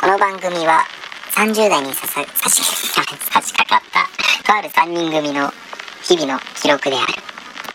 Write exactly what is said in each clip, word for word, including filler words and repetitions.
この番組はさんじゅう代にささ差し差し掛かったとあるさんにん組の日々の記録である。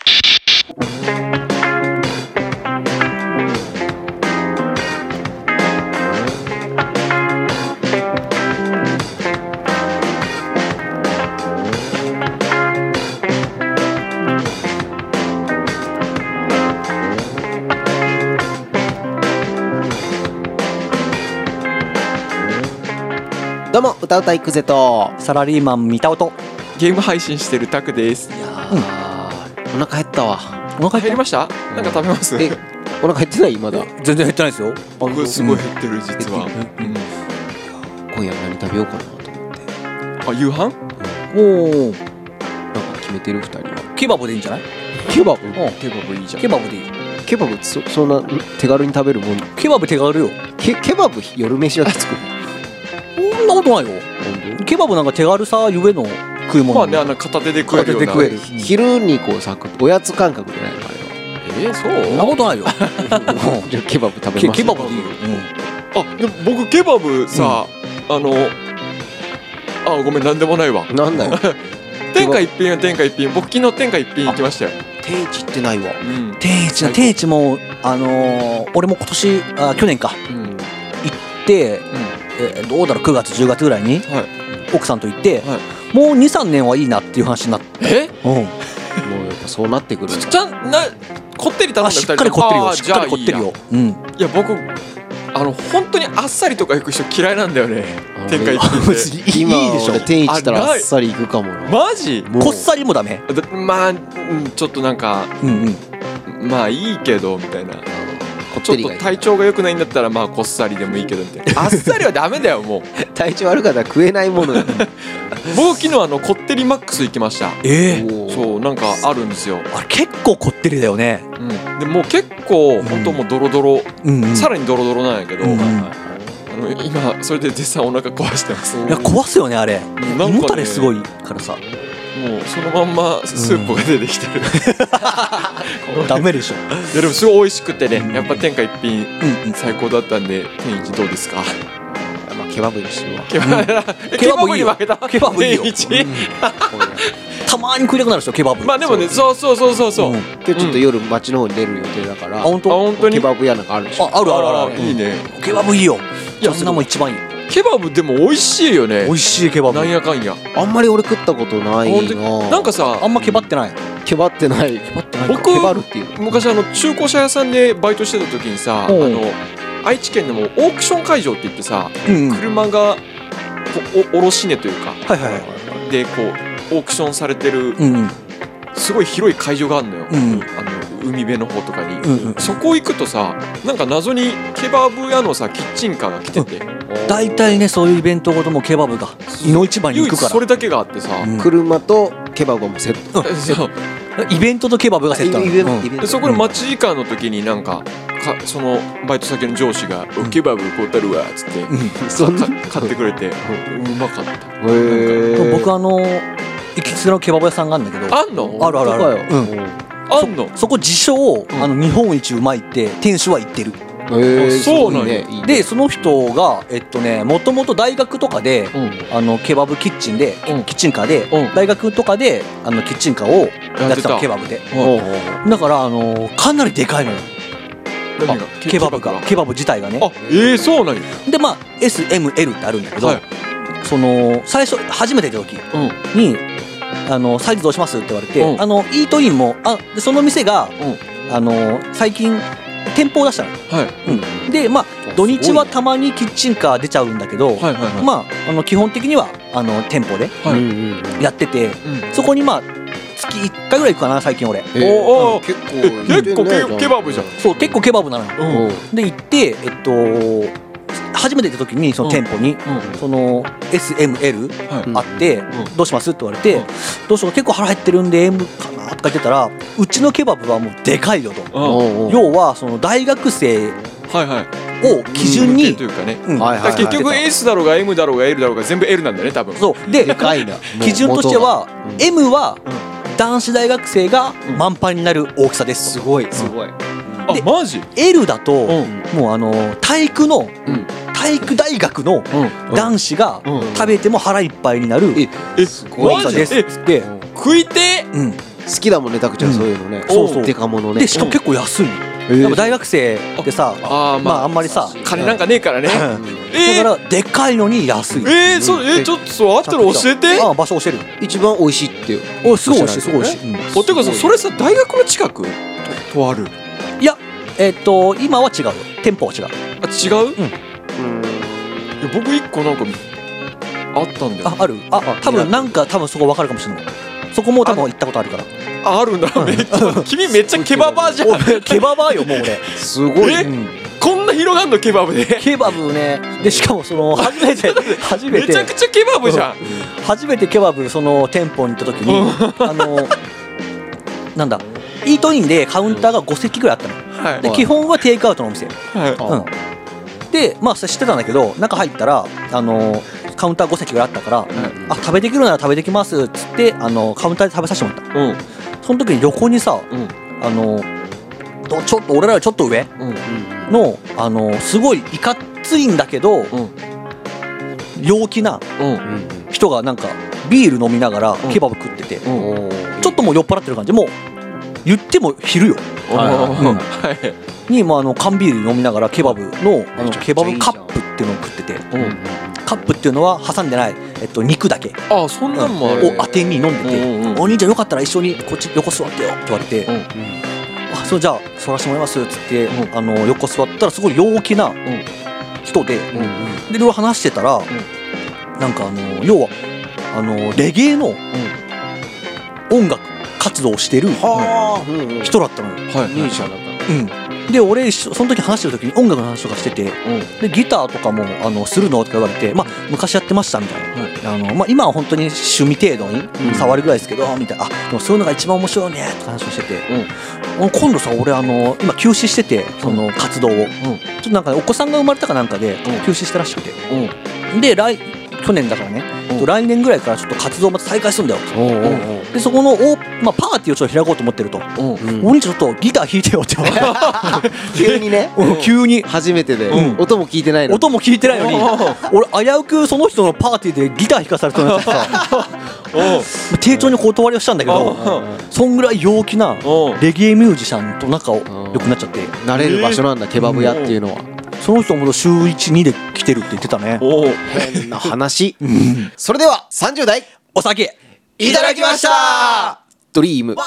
どうも歌うたいくぜとサラリーマン三田音。 ゲーム配信してるタクです。 いやー、うん、お腹減ったわ。 お腹減りました？なんか食べます？ え、お腹減ってないまだ。 全然減ってないですよ。 僕すごい減ってる実は。 うんうん、今夜何食べようかなと思って。 あ、夕飯？ うん、おお。 なんか決めてる二人は。 ケバブでいいんじゃない？ ケバブ？ ケバブいいじゃん。 ケバブでいい。 ケバブって そ, そんな手軽に食べるもん？ ケバブ手軽よ。 ケケバブ夜飯はきつくない？ そんなことないよ。ケバブなんか手軽さゆえの食い物。 まあね、あの片手で食えるような。 片手で食える。 昼にこうサクッとおやつ感覚じゃないのあれは。 えー、そう？ そんなことないよ。 じゃあケバブ食べます。 ケバブでいいよ。 うん、あ、でも僕ケバブさ、うん、あのあごめんなんでもないわ。 なんだよ。 天下一品は天下一品。僕昨日天下一品行きましたよ。 定置ってないわ。 うん、 定置な定置もあのー、俺も今年あ去年か、うん、行って、うんえー、どうだろうくがつじゅうがつぐらいに、はい、奥さんと行って、はい、もう にさんねんはいいなっていう話になって。 え？うん、もうやっぱそうなってくるんだ。 ちゃんなこってり頼んだしっかりこってるよ。しっかりこってるよ。うん、 いや僕あの本当にあっさりとか行く人嫌いなんだよね。天下一品で。 今いいでしょ。天一したらあっさり行くかもな。 マジ？ こっさりもダメ？ まあちょっとなんか、うんうん、まあいいけどみたいな。ちょっと体調が良くないんだったらまあこっさりでもいいけどみたいな。あっさりはダメだよもう。 体調悪かったら食えないものよ。 僕昨日あのこってりマックス行きました。 えー、 そうなんかあるんですよ。 あれ結構こってりだよね。 うん、でもう結構本当もうドロドロ、うんうん、さらにドロドロなんやけど、うんうん、あの今それで絶賛お腹壊してます。 いや壊すよねあれ。 なんかね、 胃もたれすごいからさ。 もうそのまんまスープが出てきてる、 うん、ダメでしょ。 いやでもすごい美味しくてね、やっぱ天下一品最高だったんで、天一どうですか？ まあケバブにしよう。 ケバブ、うん、ケバブに負けた。 ケバブいいよ。 天一、うん、 たまーに食いたくなるでしょケバブ。 まあでもね、そうそうそうそうそう、うん、 今日ちょっと夜町の方に出る予定だから、 あ本当？ あ本当にケバブ屋なんかあるでしょ。 ああるあるある。 いいね。 ケバブいいよ。いやそんなもん一番いい。 ケバブでも美味しいよね。 美味しいケバブ。 なんやかんや。 あんまり俺食ったことないな。 なんかさ、 あんまケバってない。 ケバってない。ケバってない。 僕ケバるっていうの。 昔あの中古車屋さんでバイトしてた時にさ、あの愛知県でもオークション会場って言ってさ、うんうん、車がお卸値というか、 はいはいはい、 でこうオークションされてる、うんうん、すごい広い会場があるのよ。うんうん、あの海辺の方とかに、うんうん、そこ行くとさ、なんか謎にケバブ屋のさキッチンカーが来てて、 大体ねそういうイベントごともケバブがいの一番に行くから、 それだけがあってさ、 うん、車とケバブもセット、うん、 そうイベントとケバブがセットなの、 うん、でそこで待ち時間の時になんか、かそのバイト先の上司が、うん、ケバブ買うたるわっつって、うん、そ買ってくれて、うん、うまかった。 へ僕あの行きつけのケバブ屋さんがあるんだけど、 あんの？ あるあるある、うん、 あんの？ そ, そこ自称、うん、あの日本一うまいって店主は言ってる。 へー、そうなんね。 でその人がえっとねもともと大学とかで、うん、あのケバブキッチンで、うん、キッチンカーで、うん、大学とかであのキッチンカーをやってたのケバブで、うん、だからあのかなりでかいのよ。 何がケバブがケバブ自体がね。 あえー、そうなんや。 でまあ エスエムエル ってあるんだけど、はい、その最初初めて行った時に、うん、あのサイズどうしますって言われて、うん、あのイートインもあその店が、うん、あの最近店舗を出したの、はいうん、でまあ土日はたまにキッチンカー出ちゃうんだけど、はいはいはい、まああの基本的にはあの店舗でやってて、はいうん、そこにまあ月いっかいぐらい行くかな最近俺。 おお、うん、結構結構 ケ, ケバブじゃん。 そう結構ケバブなのよ、うん、で行ってえっと初めて行った時にその店舗に、うん、その エスエムエル あって、うん、どうしますって言われて、うん、どうしよう結構腹減ってるんで エム かなとか言ってたら、うちのケバブはもうでかいよと、うん、要はその大学生を基準に、 というかね、結局 エス だろうが エム だろうが エル だろうが全部 エル なんだよね多分。 そうで基準としては エム は男子大学生が満杯になる大きさです。 すごいすごい。 あマジ？ エル だと、うん、もうあの体育の、うん、体体育大学の男子が食べても腹いっぱいになる大きさですっつって食いてうん好きだもんね、たくちゃんそういうのね。 そうそうデカモノね。 でしかも結構安いやっぱ大学生でさあーまああんまりさ金なんかねえからね。えだからでっかいのに安いえー、そうえー、ちょっとそうあったら教えて。 あ場所教える一番美味しいってよ。 おすごい美味しいすごい美味しいうんおてかさそれさ大学の近くととあるいやえっと今は違うよ店舗は違うあ違う、 うんいや僕一個なんかあったんだよ。 ああるあ多分なんか多分そこ分かるかもしれないそこも多分行ったことあるからああるんだ。めっちゃ君めっちゃケババーじゃん。 俺ケババーよもう俺すごい。 えうんこんな広がんのケバブで。 ケバブねでしかもその初めて初めめちゃてくちゃケバブじゃん。 初めてケバブその店舗に行った時にあのなんだイートインでカウンターがご席ぐらいあったのはいで基本はテイクアウトのお店はい。 うんでまあそれ知ってたんだけど中入ったらあのカウンターご席ぐらいあったからあ食べできるなら食べできますっつってあのカウンターで食べさせてもらったうんその時に横にさうんあのどちょっと俺らよりちょっと上うんのあのすごいいかついんだけどうん陽気なうん人がなんかビール飲みながらんケバブ食っててうんちょっともう酔っ払ってる感じもう言っても昼よはいはいうんはいにもうあの缶ビール飲みながらケバブのあのケバブカップっていうのを食っててうんカップっていうのは挟んでない、えっと、肉だけあそんなんもある。 を当てに飲んでうんうんて「 うんお兄ちゃんよかったら一緒にこっち横座ってよ」って言われてうん 「あそうじゃあ座らせてもらいます」っつってうんあの横座ったらすごい陽気な人でうんうんでいろいろ話してたらなんかあの要はあのレゲエの音楽活動をしてるはあ。うんうん。 人だったのよ。 はいミュージシャンだった。 うん、で俺一緒その時話してる時に音楽の話とかしててでギターとかもあのするのとか言われて、まあ、昔やってましたみたいな、あのまあ、今は本当に趣味程度に触るぐらいですけど、みたいなあでもそういうのが一番面白いねって話をしてて、うん、今度さ俺あの今休止しててその活動を、ちょっとなんか、ね、お子さんが生まれたかなんかで休止したらしくて、で来去年だからね、来年ぐらいからちょっと活動また再開するんだよ、でそこのお、まあ、パーティーをちょっと開こうと思ってると、お兄ちゃんちょっとギター弾いてよって言われて急にね。 うん急に初めてでうん音も聞いてないの。 音も聞いてないのに俺危うくその人のパーティーでギター弾かされそうになってさ丁重に断りをしたんだけどそんぐらい陽気なレゲエミュージシャンと仲良くなっちゃって慣れる場所なんだ、ケバブ屋っていうのは。 その人も週いち、にで来てるって言ってたね。 おお変な話。それではさんじゅう代お酒いただきましたドリーム。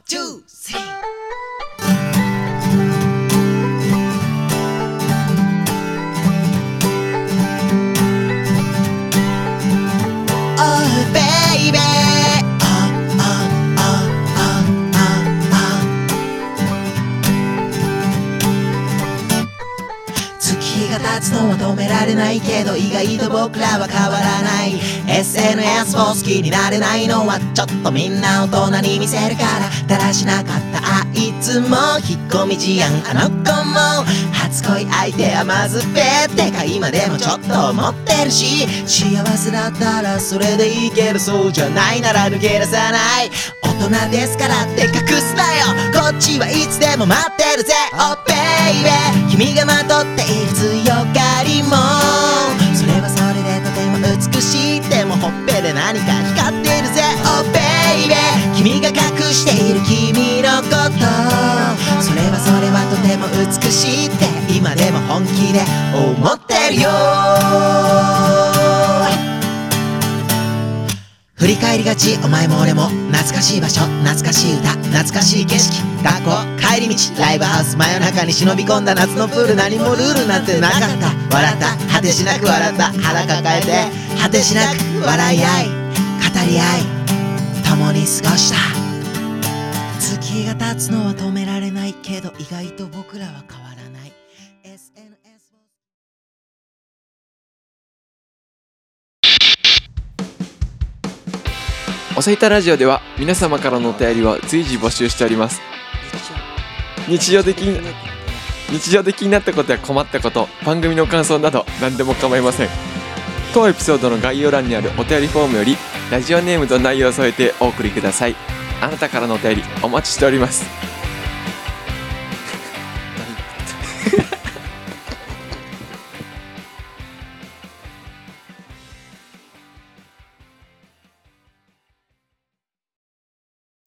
月が経つのは止められないけど意外と僕らは変わらない エスエヌエス を好きになれないのはちょっとみんな大人に見せるからだらしなかったあいつも引っ込み思案あの子も初恋相手はまずべってか今でもちょっと思ってるし幸せだったらそれでいいけどそうじゃないなら抜け出さない大人ですからって隠すなよこっちはいつでも待ってるぜ Oh baby 君がまとっている強がりもそれはそれでとても美しいでもほっぺで何か光ってるぜ Oh baby 君が隠している君のことそれはそれはとても美しいって今でも本気で思ってるよ振り返りがちお前も俺も懐かしい場所懐かしい歌懐かしい景色学校帰り道ライブハウス真夜中に忍び込んだ夏のプール何もルールなんてなかった笑った果てしなく笑った腹抱えて果てしなく笑い合い語り合い共に過ごした月が経つのは止められないけど意外と僕らは変わらない エスエヌエス をおさいたラジオでは皆様からのお便りを随時募集しております。日常的に日常的になったことや困ったこと、番組の感想など何でも構いません。当エピソードの概要欄にあるお便りフォームよりラジオネームと内容を添えてお送りください。あなたからのお便りお待ちしております。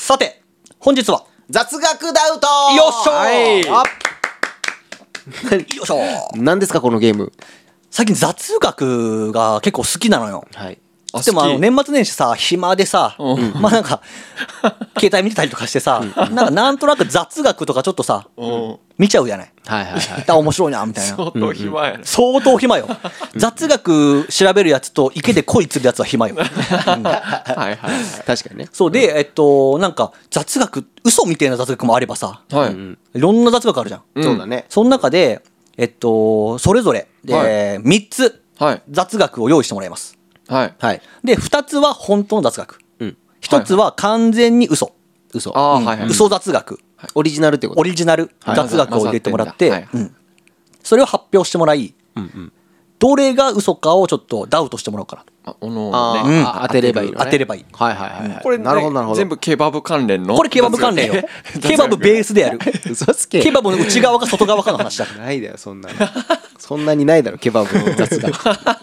さて本日は雑学ダウト。 よっしょー、 はいあよいしょー。 何ですかこのゲーム。 最近雑学が結構好きなのよ。 はい。 あでもあの好き年末年始さ暇でさ、 うんまあなんか携帯見てたりとかしてさ、なんかなんとなく雑学とかちょっとさうん見ちゃうじゃない。 はいはいはい。 あ面白いなみたいな。 相当暇やな相当暇よ。雑学調べるやつと池で恋釣るやつは暇よ。 はいはいはい確かにね。 そうで、えっとなんか雑学嘘みたいな雑学もあればさ、 はいうんいろんな雑学あるじゃん。 うんそうだね。 その中でえっとそれぞれでみっつはい雑学を用意してもらいます。 はいはい。 でふたつは本当の雑学、 うん。 ひとつは完全に嘘、 嘘。 うんあーはいはい嘘雑学、 オリジナルってこと。 オリジナルはい雑学を入れてもらって、 混ざってんだうんそれを発表してもらい、 うんうん。 どれが嘘かをちょっとダウトしてもらおうかなと。 あおのおあのねうんー、当てればいいのね。 当てればいい。 はいはいはいはい。 これねなるほどなるほど。 全部ケバブ関連のこれケバブ関連よ。ケバブベースでやる。 嘘つけ。 ケバブの内側か外側かの話だから。 ないだよそんなに。そんなにないだろケバブの雑学。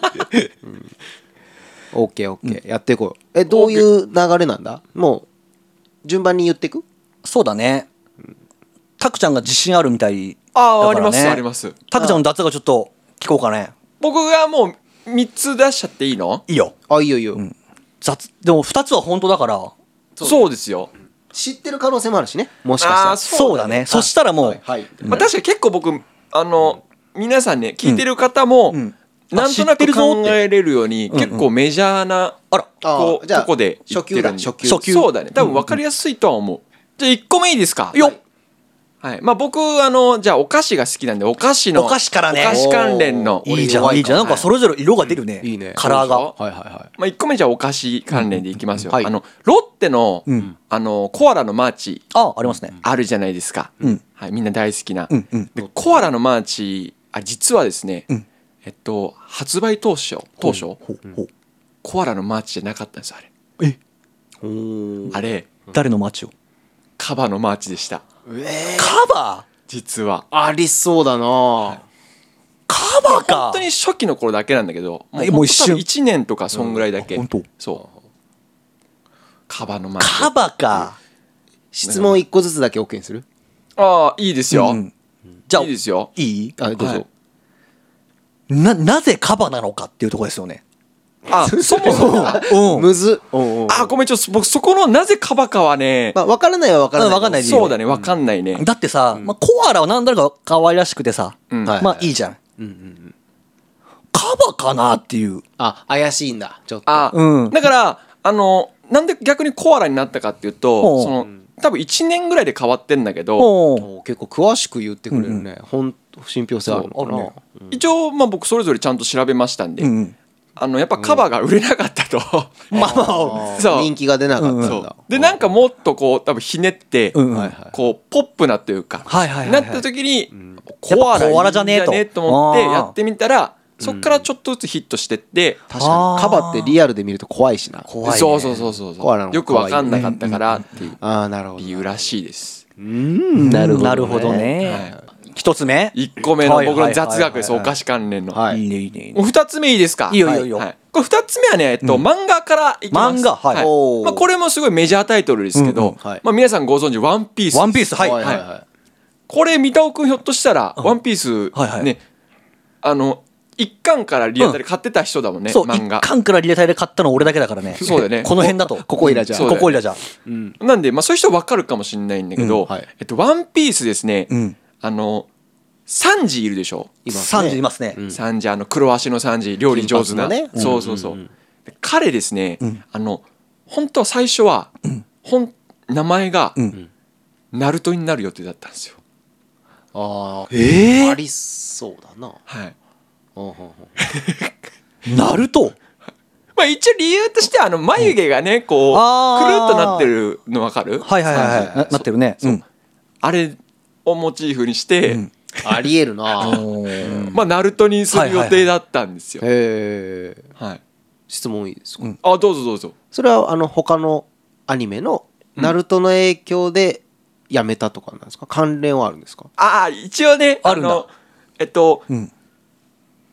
オッケーオッケーやっていこうよ。えどういう流れなんだ。もう順番に言っていく。 そうだね。タクちゃんが自信あるみたいああありまだからねすありますタクちゃんの雑学ちょっと聞こうかね。 僕がもうみっつ出しちゃっていいのいいよ。 あいいよいいよ。 雑でもふたつは本当だから。 そうですよ知ってる可能性もあるしね。もしかあーしたそうだね。そしたらもう、 ら。はい。 まあ確かに結構僕あの皆さんね聞いてる方もうんなんとなくあ知ってるぞって考えれるようにうんうん結構メジャーなあらあこうじゃあとこで言ってるんで初級だ初級初級そうだね多分分かりやすいとは思うじゃあいっこめいいですかよっはいまあ僕あのじゃあお菓子が好きなんでお菓子のお菓子からねお菓子関連のおーいいじゃ俺弱いかんいいじゃん。なんかそれぞれ色が出るね。 いいねカラーが。 そうはいはいはまあいっこめじゃあお菓子関連でいきますよはいあのロッテのうん。 あのコアラのマーチあ、ありますね。 あるじゃないですかうん。 はいみんな大好きなうんうん。 でコアラのマーチあ実はですね、 うんえっと発売当初当初ほうほうコアラのマーチじゃなかったんですよあれえ、 い。おーあれ誰のマーチをカバのマーチでしたえカバー実はありそうだな。 カバーか。 本当に初期の頃だけなんだけどえもう一瞬いちねんとかそんぐらいだけ、 本当。 そうカバのマーチカバーか。 質問一個ずつだけ OK にする。 ああいいですよ、 うんじゃあいいですよいいあどうぞ。 はいな、なぜカバなのかっていうところですよね。 あそもそもうん。 むずっ。おうおうあごめんちょっと僕そこのなぜカバかはねまあ分からないは分からない。 わかんないでそうだねわかんないね、 だってさ、まあ、コアラはなんだか可愛らしくてさ、 うんはいまあいいじゃん。 うんうんうん。 カバかなっていう。 あ怪しいんだちょっと。 あ、 うんだからあのなんで逆にコアラになったかっていうとほうその多分いちねんぐらいで変わってんだけどおーお結構詳しく言ってくれるね。ほん信憑性あるのかなそうあるね。 一応まあ僕それぞれちゃんと調べましたんで、 うんうん。 あのやっぱカバが売れなかったと、 まあまあ、 あーそう人気が出なかったそんだう。でなんかもっとこう多分ひねって、 うんうん。 はいはい。 こうポップなというか、 はいはいはいはいなった時に、 んコアラやっぱコアラじゃねえといいんと思ってあーやってみたらそっからちょっとずつヒットしてって、 確かにカバってリアルで見ると怖いしな。 怖いね。 そうそうそうそうそうコアラのよく分かんなかったからっていうああなるほど。 理由らしいです。 うんなるほどね。 ななるほどね。一つ目いっこめのはいはい僕の雑学です、 はいはいはいお菓子関連の。 はいいいねいいねいいね。 もうふたつめいいですか。 いいよいいよいいよはこれふたつめはね、えっと漫画からいきます。 漫画はいおーまあ、これもすごいメジャータイトルですけど、 うんうんはいまあ、皆さんご存知ワンピースです。 ワンピースはいはいはいはこれ三田尾くんひょっとしたらワンピースはいはいね、あの一巻からリアタイで買ってた人だもんね、 そう、 漫画一。巻からリレタイで買ったの俺だけだからね。 そうだよねこの辺だと。 ここいらじゃそうだよねここいらじゃ。 い。うんなんで、まあ、そういう人分かるかもしれないんだけど、 うんはいえっと、ワンピースですね、 うん。 あのサンジいるでしょ。 いますねサンジいますね。 うんサンジあの黒足のサンジ料理上手な、 金髪のねそうそうそう、 うんうんうんで彼ですね、 うんあの本当は最初は、ほん名前が、 うんナルトになる予定だったんですよ。 ああえありそうだな。 はい。 ほうほうほうー、ナルトまあ一応理由としてはあの眉毛がねこうあーくるっとなってるの分かる？ はいはいはいはい。ななってるね。 そううん。 あれをモチーフにして、 うんありえるな。 おーまあナルトにする予定だったんですよ。 へえ。 はい。 質問いいですか。 うんあどうぞどうぞ。 それはあの他のアニメのナルトの影響でやめたとかなんですか。関連はあるんですか。 ああ一応ねあるんだのえっとうん。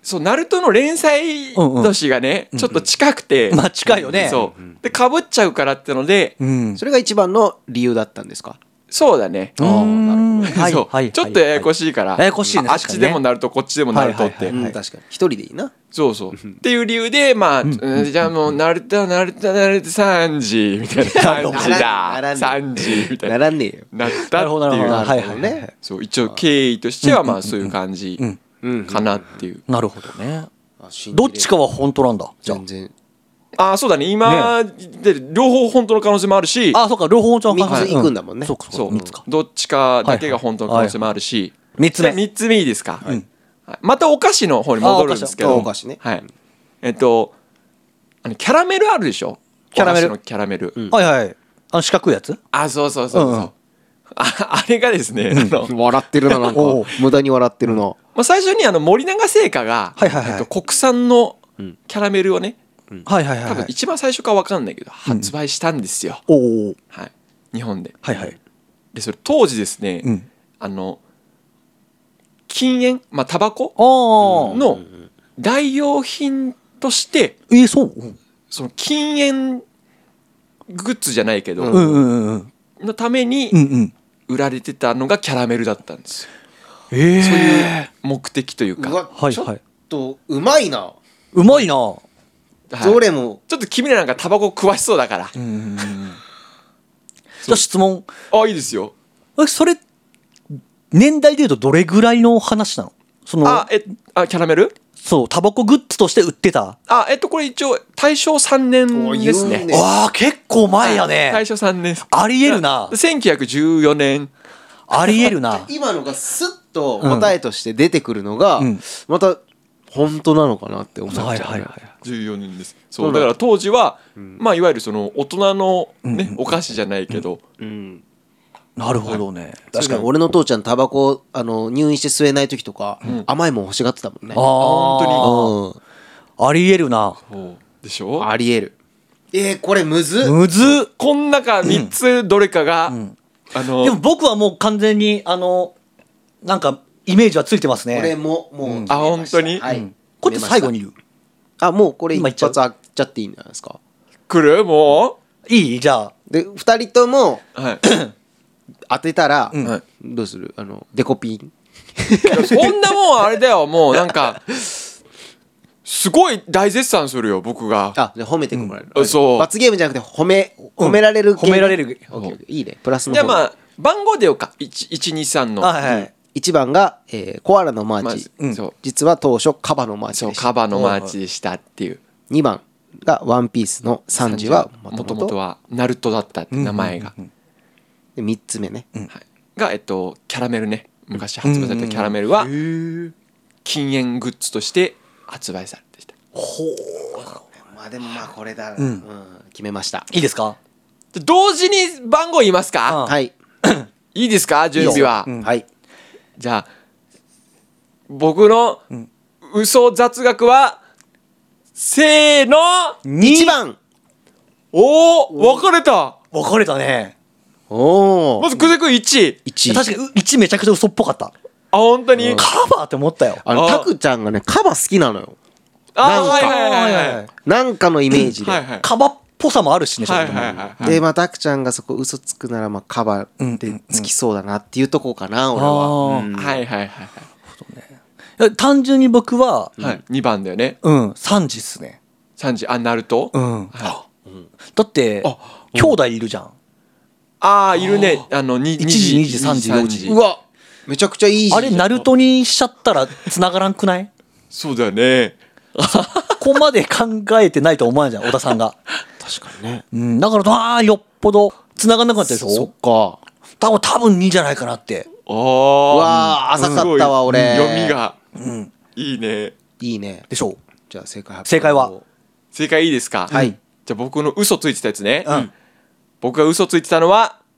そうナルトの連載年がね、 うんうんちょっと近くて、 まあ近いよね。 そうでかぶっちゃうからってので、 うん。 それが一番の理由だったんですか？ そうだね。 ああ、なるほど。 そうはい。 ちょっとややこしいから、 ややこしいねああっ確かにねちでもナルトこっちでもナルトって、 はいはいはいうん確かに一人でいいな。 そうそうっていう理由でまあ、うんじゃあもうナルトナルトナルトさんじみたいな感じならだんさんじみたいなならんねえよ。 なったなるほど、 っていうなるほど。はいはいなるほどねね。 そう一応経緯としてはまあそういう感じうん。 うんかなっていう。 なるほどね。 あ信じれるどっちかは本当なんだ。じゃ全然ああそうだね今で両方本当の可能性もあるし、 あ。あ、そうか、両方本当の三つ行くんだもんねそうか、 そそうう。三つか。 どっちかだけが本当の可能性もあるし、 三つ目。 じゃあ三つ目いいですか、 うんはいまたお菓子の方に戻るんですけどあお菓子ねはいえっとあのキャラメルあるでしょキャラメルお菓子のキャラメル、 うんはいはい。あの四角いやつ？ あそうそうそうそう、 うんうんああれがですね、あの笑ってるななんかおう無駄に笑ってるな。 まあ、最初にあの森永製菓が、 はいはいはいえっと、国産のうんキャラメルをねはいはいはい。 多分一番最初か分かんないけど発売したんですよ、 おお。 はい、日本ではいはい。 でそれ当時ですね、 うん。 あの禁煙まあタバコああ。 の代用品としてえー、そう。うんその禁煙グッズじゃないけど、 うんうんうん。 のためにうんうん。 売られてたのがキャラメルだったんですよ、 ええ。 そういう目的というかうわちょっはいはい。 とうまいな。 うまいな。 はいどれもちょっと君らなんかタバコ詳しそうだから、 うんうんうん。じゃあ質問。 あいいですよえ、それ、年代で言うとどれぐらいの話なの？その、 あえあキャラメルそう、タバコグッズとして売ってた。 あえっとこれ一応大正さんねんですねお言うねああ、結構前やね。 大正さんねんありえるな。 せんきゅうひゃくじゅうよねんありえるな。 今のがスッと答えとして出てくるのがうんまた本当なのかなって思っちゃう。 はいはいはい。 じゅうよねんですそうなのそうだから当時は、まあいわゆるその大人のね、 うんお菓子じゃないけど、 うんなるほどね。 確かに俺の父ちゃんタバコあの入院して吸えない時とか甘いもん欲しがってたもんね。 ああ、 本うんありえるな。 そうでしょありえる。えー、これむずっ。 むずっ。 こん中みっつどれかが、 んあのでも僕はもう完全に、あの、なんか、イメージはついてますね。 俺ももううん決めましたあ本当にはい、 うんこれって最後に言う。 あもうこれ一今言っちゃう発あっちゃっていいんじゃないですか。 来るもいいじゃあ。 で二人ともうはい当てたら、 うんはいどうするあのデコピン。 そんなもんあれだよもうなんかすごい大絶賛するよ僕があじゃあ褒めてもらえる、 うんそう罰ゲームじゃなくて褒め褒められる系、 褒められる。 オッケーオッケーいいねプラスのじゃあまああ番号でようかいちにさんのあはいはい。 いちばんが、えーコアラのマーチ、 まず、 うんそう実は当初カバのマーチそうでした。 カバのマーチでしたっていうにばんがワンピースのサンジはももとともともとはナルトだったって名前が、 でみっつめね、 はい、がえっとキャラメルね昔発売されたキャラメルはへ禁煙グッズとして発売されてきたまあでもまあこれだ、 んうん決めました。 いいですか？ で同時に番号言いますか、 あはい、 いいですか準備は、 うんはいじゃあ僕の嘘雑学はせーのにいちばんおお分かれた分かれたね。 おおまず久世君いちいいち確かにいちめちゃくちゃ嘘っぽかった。 あ本当に、 カバーって思ったよ。 あのあタクちゃんがねカバ好きなのよ。 あなんかはいはいはいはいなんかのイメージで、 はいはいカバっぽさもあるしね、ちょっとねはいはいはいでまあタクちゃんがそこ嘘つくならまあカバでつきそうだなっていうとこかな、俺は、 あーうんはいはいはいいや単純に僕は、 はいはいにばんだよねうん、さんじっすね。 さんじあナルト、 うん。 はだってあ、 兄弟いるじゃん。 ああいるねあのにいちじにじさんじよじうわめちゃくちゃいいじゃん。 あれ、ナルトにしちゃったら繋がらんくない？ そうだよねここまで考えてないと思わないじゃん、小田さんが。 確かにね。 うん、だから、ああ、よっぽど繋がんなかったでしょ？ そっか。 多分、多分にじゃないかなって。 あうあわー浅かったわ俺。 読みがうん。 いいねいいね。 でしょう。 じゃあ正解発表正解は正解いいですかはいじゃあ僕の嘘ついてたやつね、 うん僕が嘘ついてたの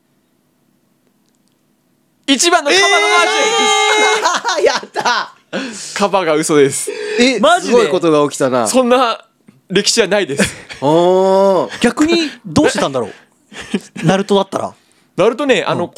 はいちばんのカバのマーチやったですカバが嘘ですえマジですごいことが起きたな。 そんな歴史はないですおー逆に、どうしてたんだろうナルトだったら。 なるとねあのこれ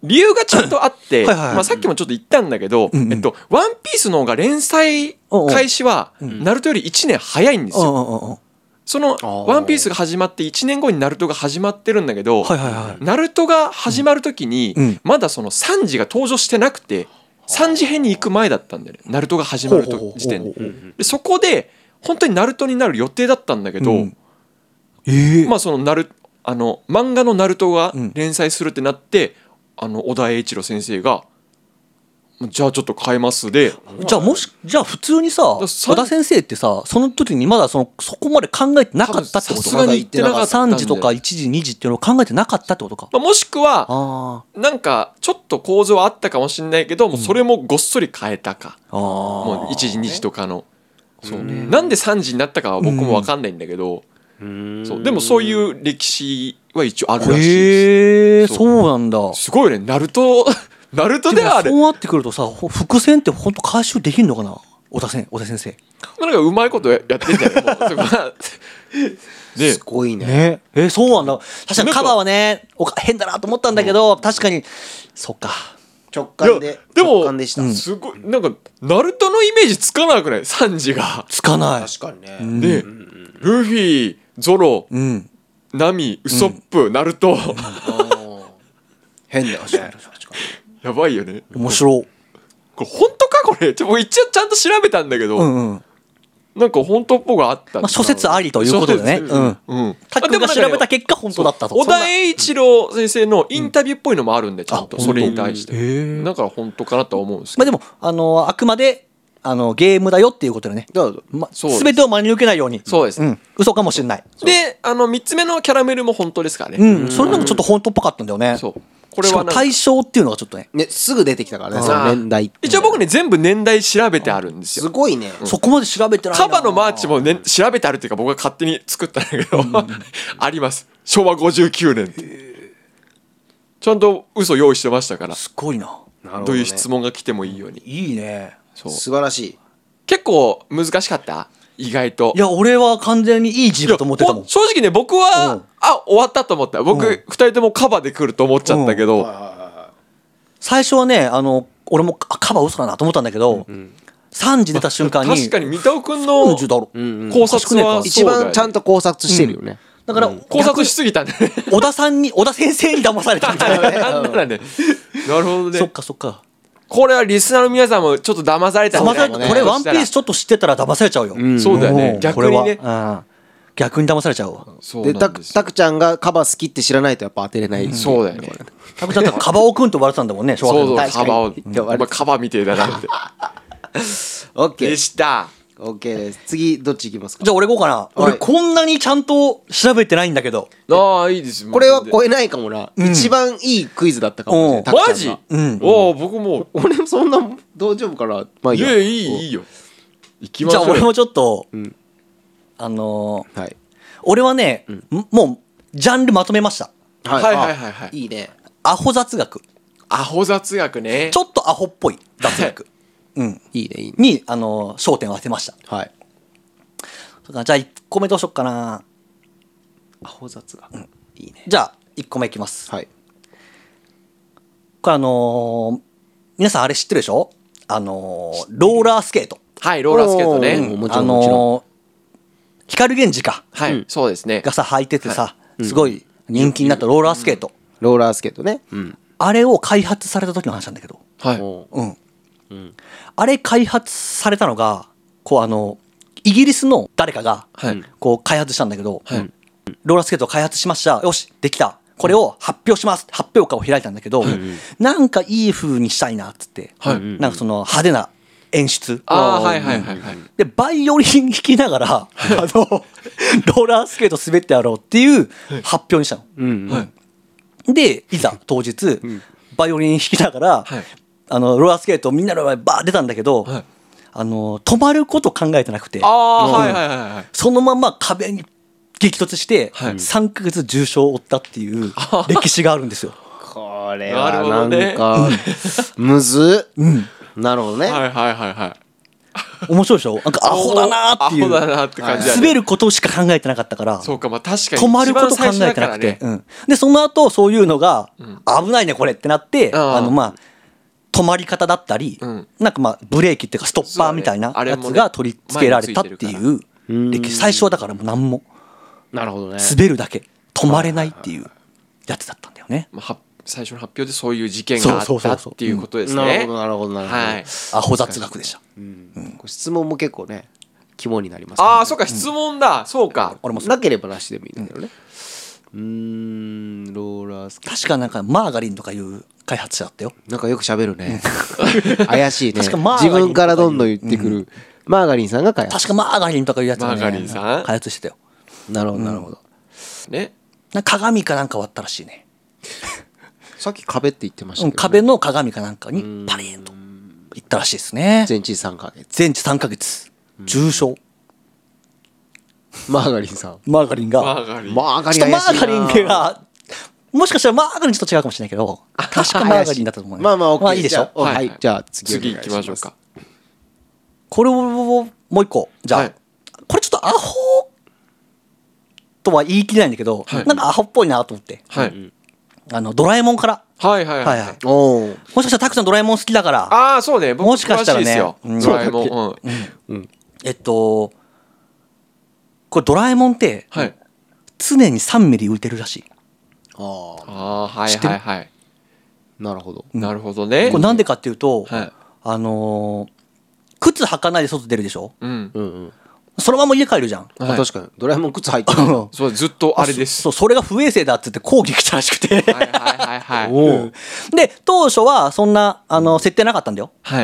理由がちゃんとあってはいはいはいまあさっきもちょっと言ったんだけど、 うんうんえっと、ワンピースの方が連載開始はナルトよりいちねん早いんですよ。 うんうんうんそのーワンピースが始まっていちねんごにナルトが始まってるんだけど、 はいはいはいナルトが始まる時にうんまだそのサンジが登場してなくてさん次編に行く前だったんだよね、ナルトが始まるとほうほうほうほう時点で。でそこで本当にナルトになる予定だったんだけど、 うんええまあそのナルあの漫画のナルトがうん連載するってなって、あの小田栄一郎先生がじゃあちょっと変えますで、 じゃあもしじゃあ普通にさださ和田先生ってさその時にまだそのそこまで考えてなかったってことさすがに言ってなかったさんでんじとかいちじにじっていうのを考えてなかったってことか。 まあ、もしくはあなんかちょっと構造はあったかもしれないけど、もうそれもごっそり変えたか、 ああもういちじにじとかのそうなんでさんじになったかは僕も分かんないんだけど、そうでもそういう歴史は一応あるらしいです。 へえそうそうなんだ。 すごいよねナルトナルトではあるでもそうなってくるとさほ伏線って本当回収できるのかな小田先小田先生。 なんかうまいことややってんじゃないもうそこはですごいね。 ねえそうなんだ。確かにカバーはねおか変だなと思ったんだけど、確かにそっか。 直感でいやでも直感でした。 すごいなんかナルトのイメージつかなくないサンジが。 つかない。 確かにね。 うんでルフィゾロうんナミウソップ、ナルト変だよね。 やばいよね。 面白。 これ本当かこれちょもう一応ちゃんと調べたんだけど、 うんうん。 なんか本当っぽくあったんだまあ諸説ありということでね。 諸説うん。 うんタックが調べた結果本当だったと。 小田栄一郎先生のインタビューっぽいのもあるんでちゃんとあそれに対して、 へえ。 だから本当かなとは思うんですけど、 まあでもあのあくまであのゲームだよっていうことでね。 どうぞ。 まそうです全てを真に受けないように。 そうです、 うん。嘘かもしれない。 であのみっつめのキャラメルも本当ですからね、 うん。それでもちょっと本当っぽかったんだよね。 そうこれしかもはなんか対象っていうのがちょっとね。 ね、すぐ出てきたからね、その年代。 一応僕ね全部年代調べてあるんですよ。 すごいね。 そこまで調べてないな。 カバのマーチも、ね、調べてあるっていうか僕が勝手に作ったんだけど、ありますしょうわごじゅうきゅうねんってちゃんと嘘用意してましたから、 すごいな。 なるほどねどういう質問が来てもいいように。 いいね。 そう素晴らしい。 結構難しかった意外と。 いや俺は完全にいい字だと思ってたもんいやほ。正直ね僕は、 うんあ終わったと思った僕、 うんふたりともカバで来ると思っちゃったけど、 最初はねあの俺もあカバ嘘だなと思ったんだけど、さんじ出た瞬間に確かに三田尾君のさんじだろ。 考察は一そうだよね番ちゃんと考察してるよね。 だから、 考察しすぎたね小田さんに小田先生に騙されたみたいなね。 なんならねなるほどねそっかそっか。 これはリスナーの皆さんもちょっと騙されたんじゃ騙された。 ないかなこれワンピースちょっと知ってたら騙されちゃうよ。 んそうだよねうん逆にねこれはうん逆に騙されちゃうわ。 そうで、たくなんですたくちゃんがカバ好きって知らないとやっぱ当てれない。 そうだよねたぶんだってカバオくんと呼ばれてたんだもんね小学そう校の時。 そうカバを確かにお前カバみてえだなってオッケでー。 したオッケーです。次、どっち行きますか？ じゃあ俺行こうかな。 はい俺こんなにちゃんと調べてないんだけど。 ああいいですこれは超えないかもな。一番いいクイズだったかもしれない。 うんたくちゃんがマジうんおお僕も俺もそんな大丈夫かな。まあいいや。 いやいいいいよ行きましょうよじゃあ俺もちょっと、 んあのーはい。 俺はね、んもうジャンルまとめました。 はいはいはいはいいいね。 アホ雑学。 アホ雑学ねちょっとアホっぽい雑学。うん。 いいね、いいね。 に、あのー焦点を当てました。 はい。 そうかじゃあいっこめどうしよっかな。 アホ雑学。いいね。 じゃあいっこめいきます。 はい。 これあのー皆さんあれ知ってるでしょあのーローラースケート。 はいローラースケートうねんもちろあんもちろんのー光源氏か。 はいそうですねがさ履いててさ、すごい人気になったローラースケート。 ローラースケートね。うん。 あれを開発された時の話なんだけど。 はいおううん。あれ開発されたのが、こうあの、イギリスの誰かが、 はいこう開発したんだけど、 はいローラースケートを開発しました。よし、できた。これを発表します。発表会を開いたんだけど、なんかいい風にしたいなっつって、 はいなんかその派手な演出。 ああはいはいはいはいで、バイオリン弾きながら、あの、ローラースケート滑ってやろうっていう発表にしたの。 うん。 はいで、いざ当日、バイオリン弾きながら、 はいあの、ローラースケートみんなの前バー出たんだけど、 はいあの、止まること考えてなくて、 ああはいはいはいはいそのまま壁に激突して、 はいさんかげつ重傷を負ったっていう歴史があるんですよ。 これなるはなほどねんか、むずっ。 うん。 なるほどね。 はいはいはいはい面白いでしょ。なんかアホだなーっていうアホだなって感じだね。 滑ることしか考えてなかったから、 そうか、まあ確かに止まること考えてなくて、うん、でその後そういうのが、 うん、 危ないねこれってなって、 ああのまあ止まり方だったり、うん、なんかまあブレーキっていうかストッパーみたいなやつが取り付けられたっていう歴史。最初はだからもう何も、 なるほどね、 滑るだけ止まれないっていうやつだったんだよね。 まあ、最初の発表でそういう事件があったっていうことですね。 なるほどなるほどなるほど、 はい、 アホ雑学でした。 うんうん、質問も結構ね肝になります、ね、 ああそうか、質問だ、うん、そうか。 俺もなければなしでもいいんだけどね。うーん、ローラースケート、 確かなんかマーガリンとかいう開発者だったよ。 なんかよく喋るね怪しいね。 確かマーガリン自分からどんどん言ってくる、うん、マーガリンさんが開発。 確かマーガリンとかいうやつが、ね、 マーガリンさん開発してたよ。 なるほどなるほど、 うん、ね、 なんか鏡かなんか割ったらしいねさっき壁って言ってましたけど、ね、 うん、壁の鏡かなんかにパリーンといったらしいですね。 全治さんかげつ全治さんかげつ重傷。 マーガリンさん、 マーガリンがマーガリンマーガリンちょっとマーガリンがもしかしたらマーガリンちょっと違うかもしれないけど、確かマーガリンだったと思う、ね、 まあまあ OK、 まあいいでしょ。 はい、 はい、 じゃあ次次行きましょうか。 これをもう一個じゃあ、はい、これちょっとアホとは言い切れないんだけど、はい、なんかアホっぽいなと思って、はい、あのドラえもんから、 はいはいはい、はいはい、 おもしかしたらたくさんドラえもん好きだから、 ああそうね、僕もしかしたらね、 うん、ドラえもん、うんうん、えっとこれドラえもんって、はい、常にさんミリ浮いてるらしい。 ああ、はいはいはい、 なるほど、 なるほどね。 これなんでかっていうと、 はい、 あのー、靴履かないで外出るでしょ、 うんうんうん、 そのまま家帰るじゃん、 はい、確かにドラえもん靴履いてるそうずっとあれです。 そう、それが不衛生だっつって抗議来たらしくてはいはいはいはいおで当初はそんなあの設定なかったんだよ、はい、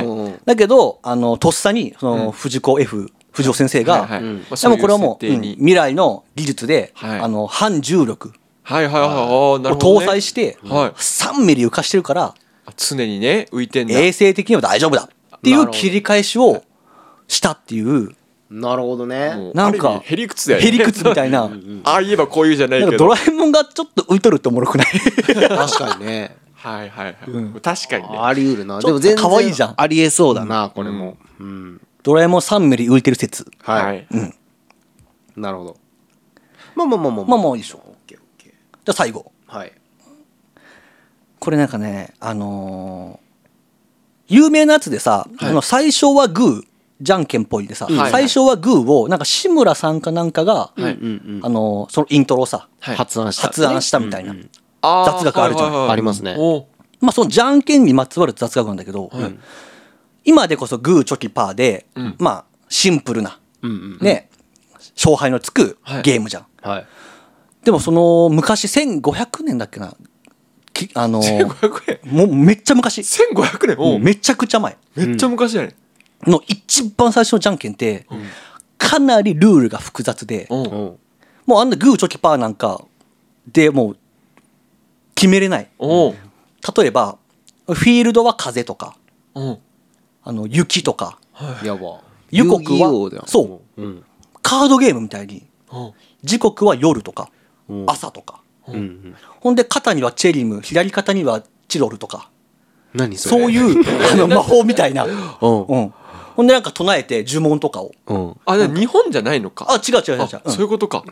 だけどあのとっさにその藤子 F 藤尾先生が、はいはい、うん、でもこれはもう、うん、未来の技術で、はい、あの反重力はいはいはい、 を搭載して、はい、さんミリ浮かしてるから常にね浮いてんだ、 衛生的には大丈夫だっていう切り返しをしたっていう。 なるほどね。 なんかヘリクツだよね。 ヘリクツみたいなああ言えばこういうじゃないけど、 ドラえもんがちょっと浮いとるっておもろくない確かにねはいはいはい、うん、確かにねあり得るな。でも全然可愛いじゃん。 ありえそうだな、うん、これも、うん、 ドラえもんさんミリ浮いてる説。 はい、うん、なるほど。まあまあまあまあまあまあいいでしょ。 オッケーオッケー。 じゃあ最後、 はい、 これなんかね、あのー、有名なやつでさ、はい、あの最初はグーじゃんけんっぽいでさ、はい、最初はグーをなんか志村さんかなんかが、はい、あのー、そのイントロをさ、はい、発案した、発案したみたいな、うんうん、雑学あるじゃん、はいはいはい、 ありますね。 まあそのじゃんけんにまつわる雑学なんだけど、はい、今でこそグーチョキパーで、うん、まあシンプルな、うんうん、ね、勝敗のつくゲームじゃん、はいはい、でもその昔せんごひゃくねんだっけな、あのー、 せんごひゃくねんもうめっちゃ昔せんごひゃくねん、 うん、めちゃくちゃ前、 めっちゃ昔だね、 の一番最初のじゃんけんって、うん、かなりルールが複雑で、うん、もうあんなグーチョキパーなんかでもう決めれない、うん、例えばフィールドは風とか、うん、あの雪とか、 はい、やば予告はそう、うん、カードゲームみたいに、うん、時刻は夜とか、うん、朝とか、うんうん、ほんで肩にはチェリム、左肩にはチロルとか、 何それ、 そういうあの魔法みたいな、うんうん、ほんでなんか唱えて呪文とかを、 うん、あ、でも日本じゃないのか、 あ、違う違う違う違う、 うん、そういうことか、 うん、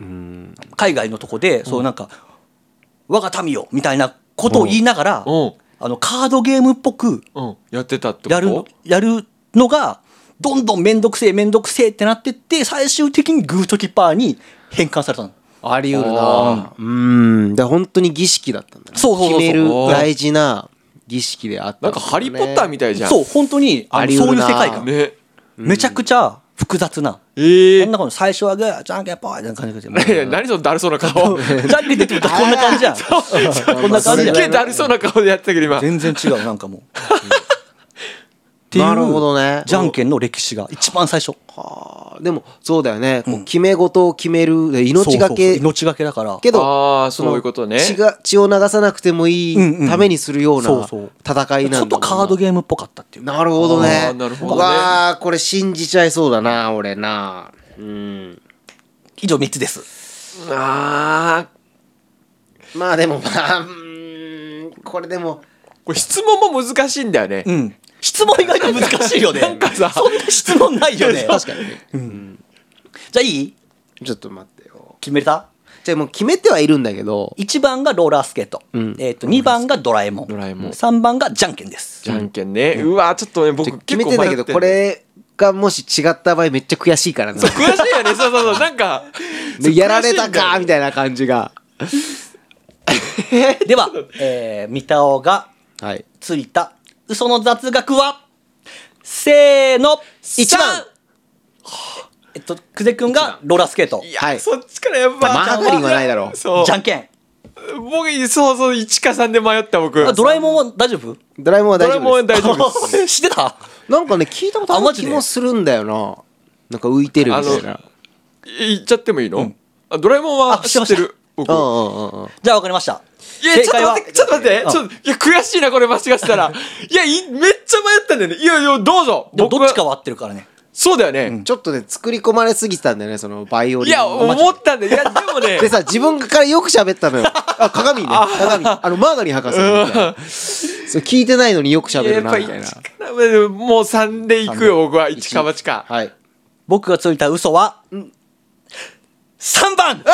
海外のとこで、うん、そうなんか我が民よみたいなことを言いながら、うん、あのカードゲームっぽく、 うん、やってたってこと、 やるやるのがどんどんめんどくせえめんどくせえってなってって、最終的にグーチョキパーに変換されたの。 あり得るな。うん、だ本当に儀式だったんだね。 そうそうそうそう、 決める大事な儀式であった、 ね、なんかハリーポッターみたいじゃん。 そう、本当にあのそういう世界観、ね、めちゃくちゃ複雑な、えー、こんなこと最初はグーじゃんけんぽいみたいな感じで、 何そのだるそうな顔じゃんけんでってこんな感じじゃんこんな感じじゃん、 すっげえだるそうな顔でやってたけど今全然違う、なんかもうっていう、 なるほどね、 じゃんけんの歴史が一番最初。 はあ、でもそうだよね、こう決め事を決める命がけ、そうそうそう、命がけだからけど、 ああそういうことね、 血が血を流さなくてもいいためにするような戦いなんだ、 ちょっとカードゲームっぽかったっていう。 なるほどね。 なるほどね。 わあ、これ信じちゃいそうだな俺な。うん。 以上みっつです。 ああ、 まあでもまあ、うん、これでもこれ質問も難しいんだよね。 うん。 質問意外と難しいよね。 なんかさそんな質問ないよね。 確かにね。 じゃあいい？ ちょっと待ってよ。 決めた？ じゃあもう決めてはいるんだけど、 いちばんがローラースケート、 うんえー、とにばんがドラえもん、 ドラえもんさんばんがじゃんけんです。 じゃんけんね、うわちょっとね僕ちょ決め結構てんだけど、 迷ってんこれがもし違った場合めっちゃ悔しいからな。 悔しいよねそうそうそうなんかでやられたかみたいたいな感じが。 では、えー、三田尾がはい。 ついた嘘の雑学はせーのいちばん。 えっと久世くんがローラースケート、 いや、 はいそっちからやっぱマーガリンはないだろう。 そうじゃんけん。 僕そうそういちかさんで迷った僕あドラえもんは大丈夫？ ドラえもんは大ドラえもんは丈夫です。 大丈夫です知ってた？ なんかね、聞いたことあるあマジで気もするんだよな。なんか浮いてるみたいな。 言っちゃってもいいの、 うんあドラえもんは知ってる僕うんうんうんうん。 じゃあ分かりました。 いやちょっと待ってちょっと待ってうんちょっといや悔しいなこれ間違ってたらいやいめっちゃ迷ったんだよねいやいやどうぞでも僕どっちかは合ってるからね。 そうだよね、 ちょっとね、作り込まれすぎてたんだよね、そのバイオリン。 いや思ったんだよいやでもねでさ、自分からよく喋ったのよ。あ、鏡ね。鏡。あの、マーガリン博士みたいな。それ聞いてないのによく喋るな、みたいな。 いちからもうさんでいくよ僕は一か八かはい。 僕がついた嘘は、さんばん。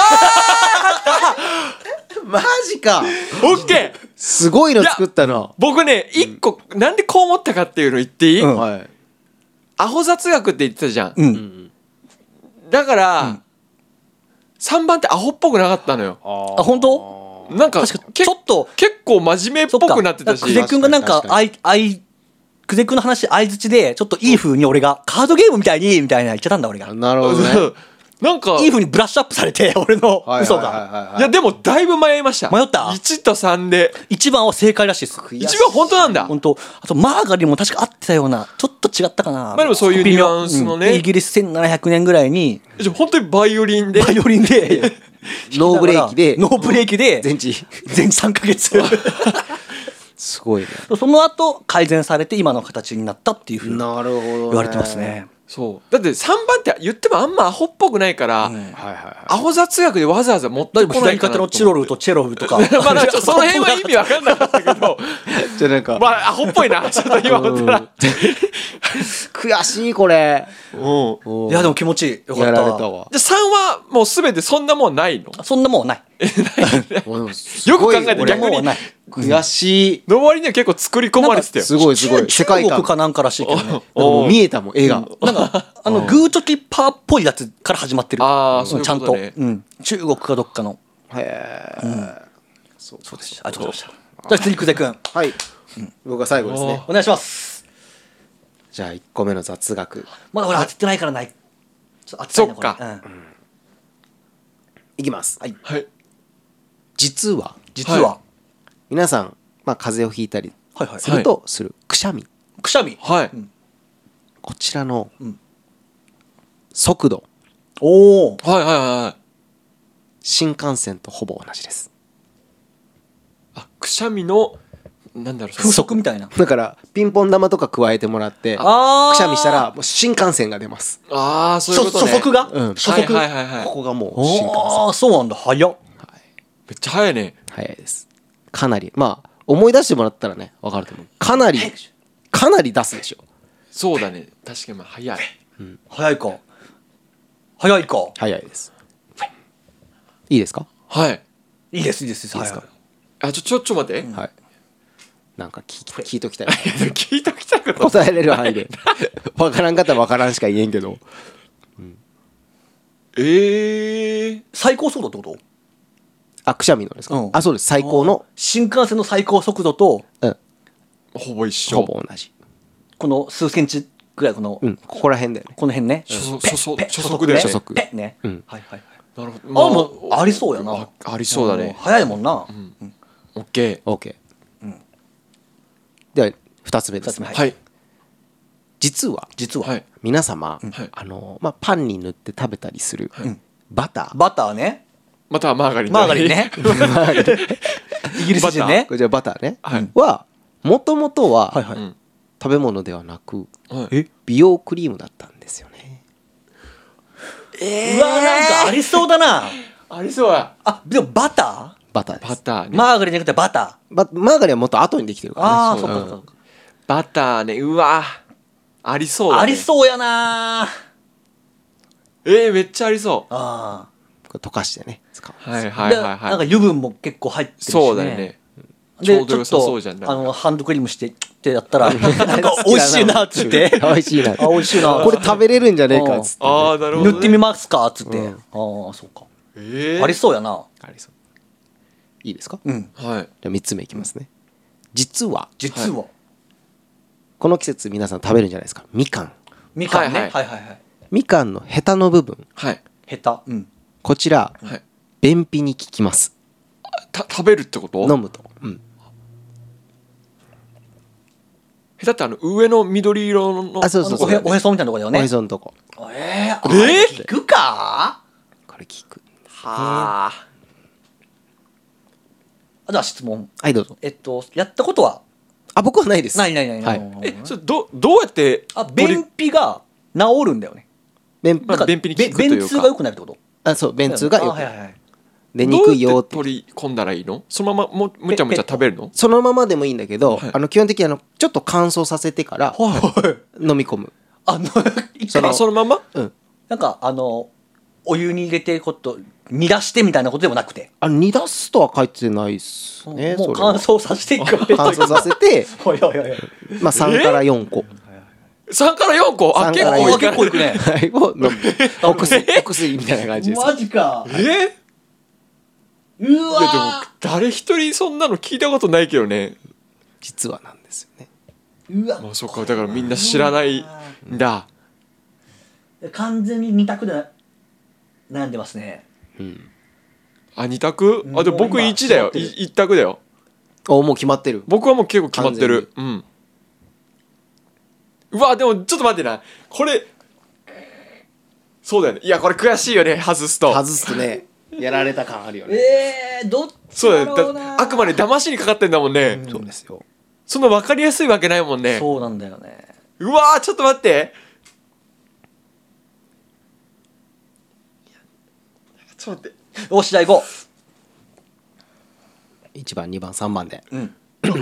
マジか。 オッケーすごいの作ったな。 僕ね一個なんでこう思ったかっていうの言っていい、 うんはい。 アホ雑学って言ってたじゃん、 うん。 だから、さんばんってアホっぽくなかったのよあ本当？ なんか確かけちょっと結構真面目っぽくなってたし久世くんがなんか確かあいあい久世くんの話相づちでちょっといい風に俺がカードゲームみたいにみたいな言っちゃったんだ俺が。 なるほどね。 なんかいい風にブラッシュアップされて俺の嘘が。 はいはいはいはいいやでもだいぶ迷いました迷ったいちとさんでいちばんは正解らしいです。 悔しいいちばん本当なんだ本当。あとマーガリンも確か合ってたようなちょっと違ったかな。 まあでもそういうニュアンスのねうんイギリスせんななひゃくねんぐらいにじゃあ本当にバイオリンでバイオリンでノーブレーキで。 ノーブレーキで全治。 全治さんかげつすごいね。 その後改善されて今の形になったっていうふうになるほどね。 言われてますね。 そうだってさんばんって言ってもあんまアホっぽくないから、 うんはいはいはい。 アホ雑学でわざわざ持ってだいぶ左こないかな肩のチロルとチェロフとかまあなんかちょっとその辺は意味わかんなかったけどじゃあなんか、 まあアホっぽいなちょっと今思ったら悔しいこれ。 うんいやでも気持ちいいよかやったられたわ。 じゃあさんはもう全てそんなもんないのそんなもんないもうでもすよく考ごい俺えて逆にもうない悔しい。 の割には結構作り込まれてたよすごいすごい。 中世界観。 中国かなんからしいけどねなんかもう見えたもん、絵が。 なんかあのグーチョキパーっぽいやつから始まってるあーんそういうちゃんとことねうん中国かどっかのへえ。そうそうですありがとうございましたじゃあ次久世くんはい。僕が最後ですね。 お願いしますじゃあいっこめの雑学。 まだ俺当ててないからないちょっと当てたいなそっかこれうんいきます。 はいはい実は、 実は皆さん、まあ風邪をひいたりはいはいするとするくしゃみ。 くしゃみはいこちらのうん速度、 おおはいはいはい新幹線とほぼ同じです。 あくしゃみのなんだろうそ風の速みたいなだから、ピンポン玉とか加えてもらって、 あくしゃみしたら、もう新幹線が出ます。 ああそういうことね初速がうん初速はいはいはいはいここがもう新幹線。 ああそうなんだ早っめっちゃ早いね早いです。かなり、まあ、思い出してもらったらね、わかると思う。かなり、かなり出すでしょ。 そうだね確かにまあ早い早いか早いか早いです。いいですか？ はいいいですいいですいいですかはいあちょちょちょ待って、 はい。なんか聞き聞いときたい。 聞いときたこと答えれる範囲で。わからんかったらわからんしか言えんけど。 ええー、 最高速度ってことあ、くしゃみのですか？ うんあ、そうです。最高の、 新幹線の最高速度とうん、 ほぼ一緒ほぼ同じ。 この数センチぐらいこの、 うん、ここら辺だよね。 この辺ね初速ペッ初速ペッ初速だよねペッ初速ペッね、 うんはいはいはいなるほど、 あもうありそうやなあありそうだんね早いもんな、 オッケ OK。 うんでは、二つ目ですね二つ。 ーはい実は、 実は、 はい皆様はい、 あの、まあ、パンに塗って食べたりするうんバター。 バターねまたはマーガリンだマーガリンねイギリス人ねこれじゃあバターね。 はいは、もともとは、 はいはい、 うん食べ物ではなく、 はい美容クリームだったんですよね。 うわなんかありそうだなありそうやあでもバタバターです。 バターね、 ーマーガリンじゃなくてバタバマーガリンはもっと後にできてるーからね。 ああそそうっかそっかバターね、うわありそうだね。 ありそうやな。 えー、めっちゃありそう。 あこれ溶かしてね使う。 はいあ。 はいはいなんかはい。 油分も結構入ってるしね。 そうだよね。ちでょうど良さそうじゃん。 ちょっとあのハンドクリームしてってやったらなんか美味しいなっつって美味しいな。 あ美味しいなこれ食べれるんじゃねえかっつってね。 ああ、なるほど、ね。 塗ってみますかっつって、 うんああそうか、 えー、 ありそうやな。 ありそう。いいですか？ うん。 はい。 じゃあみっつめいきますね。実は実は、 この季節皆さん食べるんじゃないですか。みかん。 みかんね、 はいはいいははいはいみかんのヘタの部分、 はい。 ヘタ、うん、 こちらはい。 便秘に効きます。 た食べるってこと？ 飲むと。うん。 だってあの上の緑色の。 あ、そうそうそう。 あのおへおへそみたいなとこだよおね。 へそのとこ。 えー、あえーれ効くか。 これ効く。 はあ。 あじゃあ質問、 はいどうぞ。 えっとやったことはあ、僕はないです。 ないないないはないい、 え、それどどうやってあ取り便秘が治るんだよね。 便まあ便秘に効くというかべ便通が良くなるってこと。 あ、そう、便通がよくあはいはいはい。 出にくいよどうやって。 って取り込んだらいいの？そのままもむちゃむちゃ食べるの？ そのままでもいいんだけど、 はいあの基本的にあのちょっと乾燥させてから飲み込む。 あの一回そのあ、そのまま？ うん。 なんかあのお湯に入れてこと煮出してみたいなことでもなくて、 あの煮出すとは書いてないっすね。 もうそれは乾燥させていくわけ乾燥させて、 はいはいはいはい。 まあさんからよんこ。 さんからよんこ。あ、 さん結からよん構いかない結構いくね。 はい、を飲む。お薬、お薬みたいな感じです。 マジか。 え？ ういやでもわ誰一人そんなの聞いたことないけどね。 実はなんですよね。 ー。うわ。 まあそっか、だからみんな知らないんだ。 完全に二択で悩んでますね。 うん。 あ、二択？あ、でも僕もう今いちだよ。 決まってるい一択だよ。 お、もう決まってる。 僕はもう結構決まってる。うん。うわ、でもちょっと待ってな。これそうだよね。いや、これ悔しいよね、外すと。 外すとね、やられた感あるよね。 えー、どっちそうだよ。 だろうな。 だあくまで騙しにかかってんだもんね。 そうですよ。 そんな分かりやすいわけないもんね。 そうなんだよね。 うわー、ちょっと待って。ちょっと待って。 よしじゃあ行こいちばん、にばん、さんばんで。 う。うん。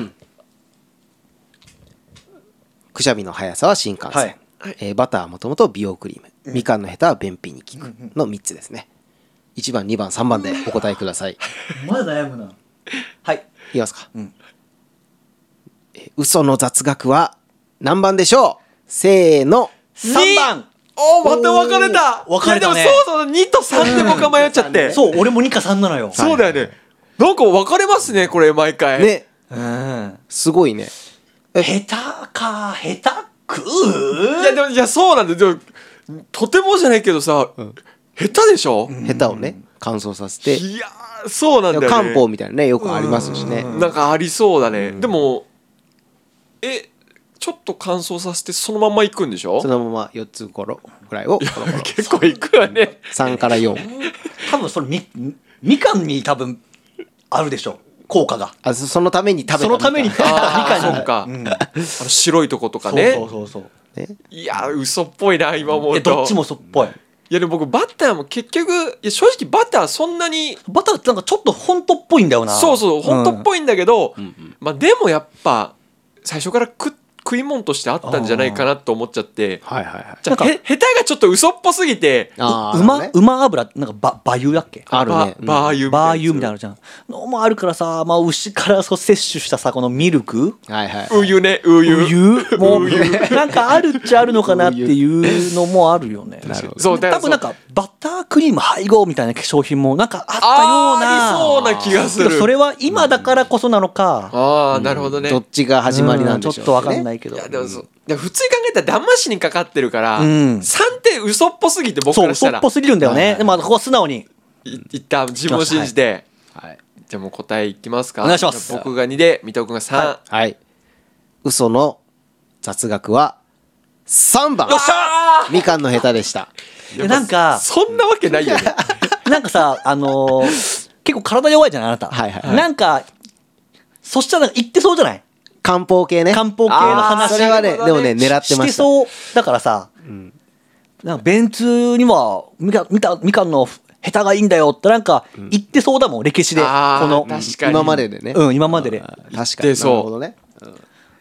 くしゃみの速さは新幹線。 はいえーバターはもともと美容クリーム。みかんのヘタは便秘に効くのみっつですね。いちばん、にばん、さんばんでお答えください。いまだ悩むな。はい。 きますか。 うんえー嘘の雑学は何番でしょう？せーの。 さんばん。 おー、また分かれた。 おー分かれたねいやでもそうそう、にとさんで僕は迷っちゃって。 そう、俺もにかさんなのよ。 そうだよね。なんか分かれますね、これ、毎回。。 ね、 うん。 すごいね。 下手か、下手くいや、でも、いや、そうなんだよ。でもとてもじゃないけどさ、下手でしょ？ ヘタをね、乾燥させて。 いやー、そうなんだよね。 漢方みたいなね、よくありますしね。 なんかありそうだね。でも、え、ちょっと乾燥させてそのまま行くんでしょ？ そのままよっつころぐらいをコロコロ結構行くよね。 さんからよん。 多分それみ、みかんに多分、あるでしょ。効果が。 あ、そそのために食べたそのために、みあかんに。 ーそっか。 うんあの白いとことかね。 そうそうそうそう。 ね。 いやー、嘘っぽいな、今思え、 うと。 どっちもそっぽい。 いや、でも僕、バッターも結局、いや正直バッターそんなに、 バターってなんかちょっと本当っぽいんだよな。 そうそう、本当っぽいんだけど、 んうんまあでもやっぱ、最初から食食い物としてあったんじゃないかなと思っちゃって、 はいはいはい。 じゃあ、へ下手がちょっと嘘っぽすぎて、 あーうま、 ねうま油、なんかバ、バ油だっけあるね。 ババー油みたいなバー油みたいなのあるじゃん。のもあるからさ、まあ、牛からそう摂取したさ、このミルクはいはい。 ウユね、ウユ。 お湯もう、なんかあるっちゃあるのかなっていうのもあるよね。 なるほどそうだから多分なんか、バタークリーム配合みたいな化粧品もなんかあったような。 あーありそうな気がする。 それは今だからこそなのか。 ああ、なるほどね。 どっちが始まりなんでしょうね。 ちょっとわかんないけど。 いやでもそうでも普通に考えたら騙しにかかってるから、 うんさんって嘘っぽすぎて僕そう、 からしたら嘘っぽすぎるんだよね。 はいでも、ここは素直に。 い一旦自分を信じて、 はい。 じゃあもう答えいきますか。 お願いしますじゃあ僕がにで水戸君がさん、 はい。嘘の雑学はさんばん。 よっしゃみかんのヘタでした。 でなんか、 そんなわけないよね。 なんかさ、あのー結構体弱いじゃないあなた。 はいはいはいなんか、そしたらなんか言ってそうじゃない漢方系ね。 漢方系の話。 あーそれはね、でもね、狙ってましてた。 しそう。だからさ、 んなんか便通にはみかみかみかんのヘタがいいんだよってなんか言ってそうだもん、歴史で。 あーこの、 確かに今まででね。 うん、今までで。 あー確かに。 言ってそうなるほどね。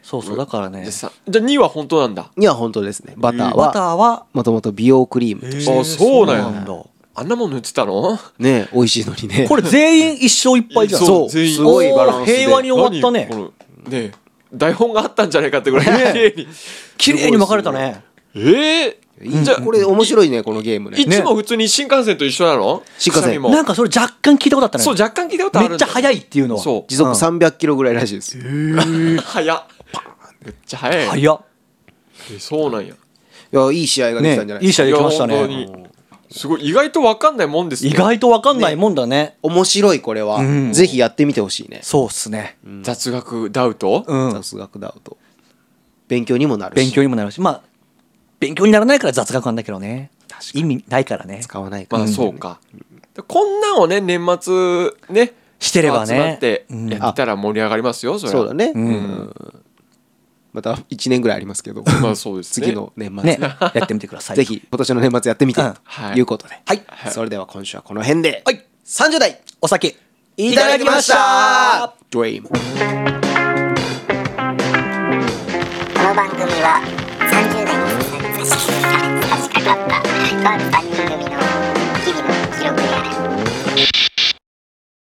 そうそうだからねでさじゃあには本当なんだ。 には本当ですね。バターバターははもともと美容クリームとしてあそうなんやだあんなもん塗ってたの？ ね美味しいのにね。 これ全員一勝一敗じゃん。 そう全員すごいバランスで平和に終わったね。 何このね台本があったんじゃないかってぐらい綺麗に綺麗に分かれたね。 ええじゃあこれ面白いねこのゲームね。 いつも普通に新幹線と一緒なの？ 新幹線くしゃみもなんかそれ若干聞いたことあったね。 そう若干聞いたことあるんだよめっちゃ速いっていうのは。 そう時速さんびゃくキロぐらいらしいです。 早っめっちゃ早い速っ。 えそうなんやいやいい試合ができたんじゃないねいい試合できましたいや本当ね。 にすごい意外と分かんないもんですね意外と分かんないもんだね。 面白いこれは、 うんぜひやってみてほしいね。 そうっすね。 雑学ダウトうん。 雑学だと勉強にもなるし勉強にもなるし、まあ勉強にならないから雑学なんだけどね。意味ないからね。 使わないから、 まあそうかこんなんをね年末ねしてれば集まっね。 てうんやってたら盛り上がりますよそれはそうだね、 うんうんまたいちねんぐらいありますけどまあそうですね次の年末、 ねやってみてください。 ぜひ今年の年末やってみて、 うんはいいうことで、 はいそれでは今週はこの辺で、 はいさんじゅう代お酒いただきましたドリームこの番組はさんじゅう代に差し差し掛かったとあるさんにん